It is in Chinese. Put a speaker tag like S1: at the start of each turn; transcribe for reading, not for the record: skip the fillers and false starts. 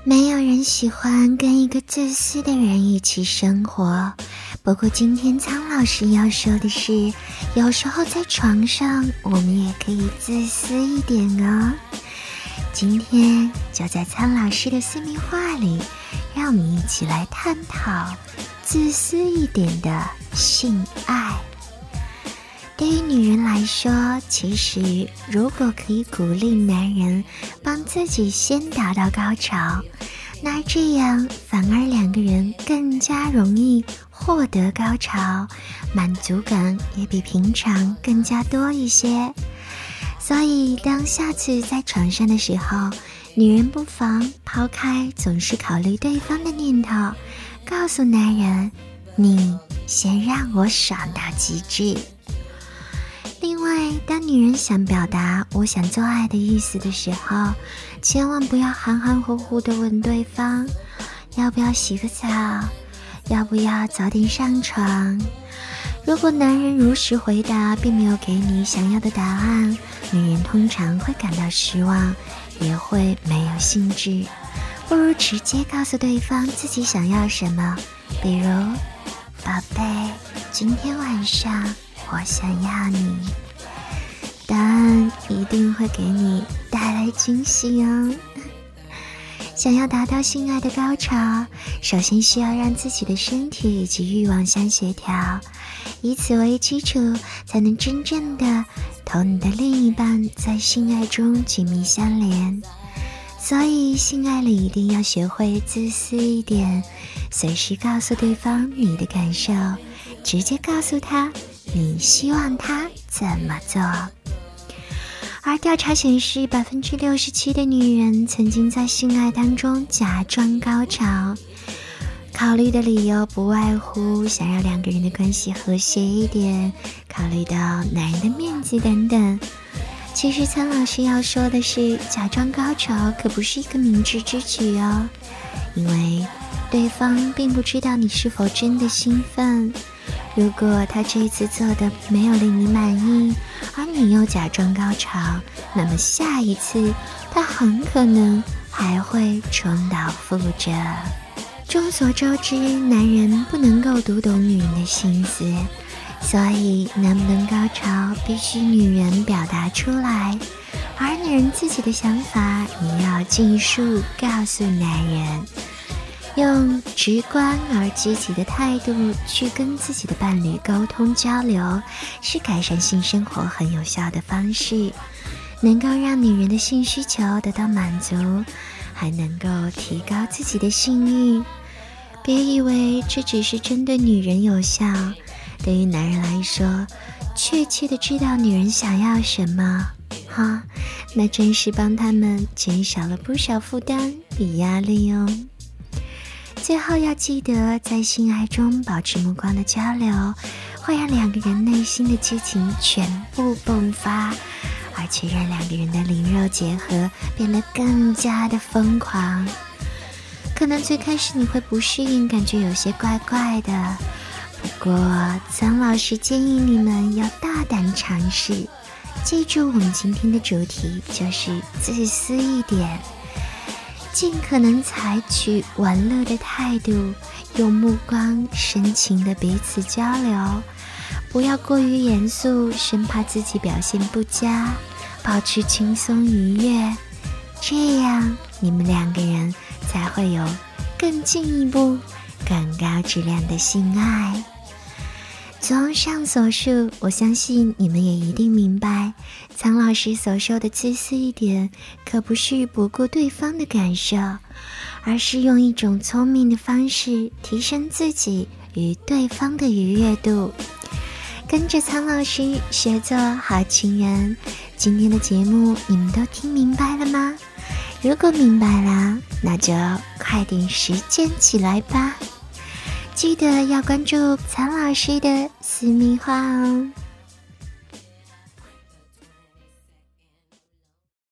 S1: 没有人喜欢跟一个自私的人一起生活。不过今天苍老师要说的是，有时候在床上我们也可以自私一点哦。今天就在苍老师的私密话里，让我们一起来探讨自私一点的性爱。对于女人来说，其实如果可以鼓励男人帮自己先达到高潮，那这样反而两个人更加容易获得高潮，满足感也比平常更加多一些。所以当下次在床上的时候，女人不妨抛开总是考虑对方的念头，告诉男人，你先让我爽到极致。另外，当女人想表达我想做爱的意思的时候，千万不要含含糊糊地问对方要不要洗个澡，要不要早点上床。如果男人如实回答并没有给你想要的答案，女人通常会感到失望，也会没有兴致。不如直接告诉对方自己想要什么，比如宝贝，今天晚上我想要你，答案一定会给你带来惊喜哦。想要达到性爱的高潮，首先需要让自己的身体以及欲望相协调，以此为基础，才能真正的同你的另一半在性爱中紧密相连。所以性爱里一定要学会自私一点，随时告诉对方你的感受，直接告诉他你希望他怎么做。而调查显示，67%的女人曾经在性爱当中假装高潮，考虑的理由不外乎想要两个人的关系和谐一点，考虑到男人的面子等等。其实苍老师要说的是，假装高潮可不是一个明智之举哦，因为对方并不知道你是否真的兴奋。如果他这一次做的没有令你满意，而你又假装高潮，那么下一次他很可能还会重蹈覆辙。众所周知，男人不能够读懂女人的心思，所以能不能高潮必须女人表达出来，而女人自己的想法也要尽数告诉男人。用直观而积极的态度去跟自己的伴侣沟通交流，是改善性生活很有效的方式，能够让女人的性需求得到满足，还能够提高自己的性欲。别以为这只是针对女人有效，对于男人来说，确切的知道女人想要什么，那真是帮他们减少了不少负担与压力哦。最后要记得，在性爱中保持目光的交流，会让两个人内心的激情全部迸发，而且让两个人的灵肉结合变得更加的疯狂。可能最开始你会不适应，感觉有些怪怪的，不过苍老师建议你们要大胆尝试。记住，我们今天的主题就是自私一点，尽可能采取玩乐的态度，用目光深情的彼此交流，不要过于严肃，生怕自己表现不佳，保持轻松愉悦，这样你们两个人才会有更进一步、更高质量的性爱。综上所述，我相信你们也一定明白，苍老师所说的自私一点，可不是不顾对方的感受，而是用一种聪明的方式提升自己与对方的愉悦度。跟着苍老师学做好情人。今天的节目你们都听明白了吗？如果明白了，那就快点实践起来吧。记得要关注苍老师的私密话哦。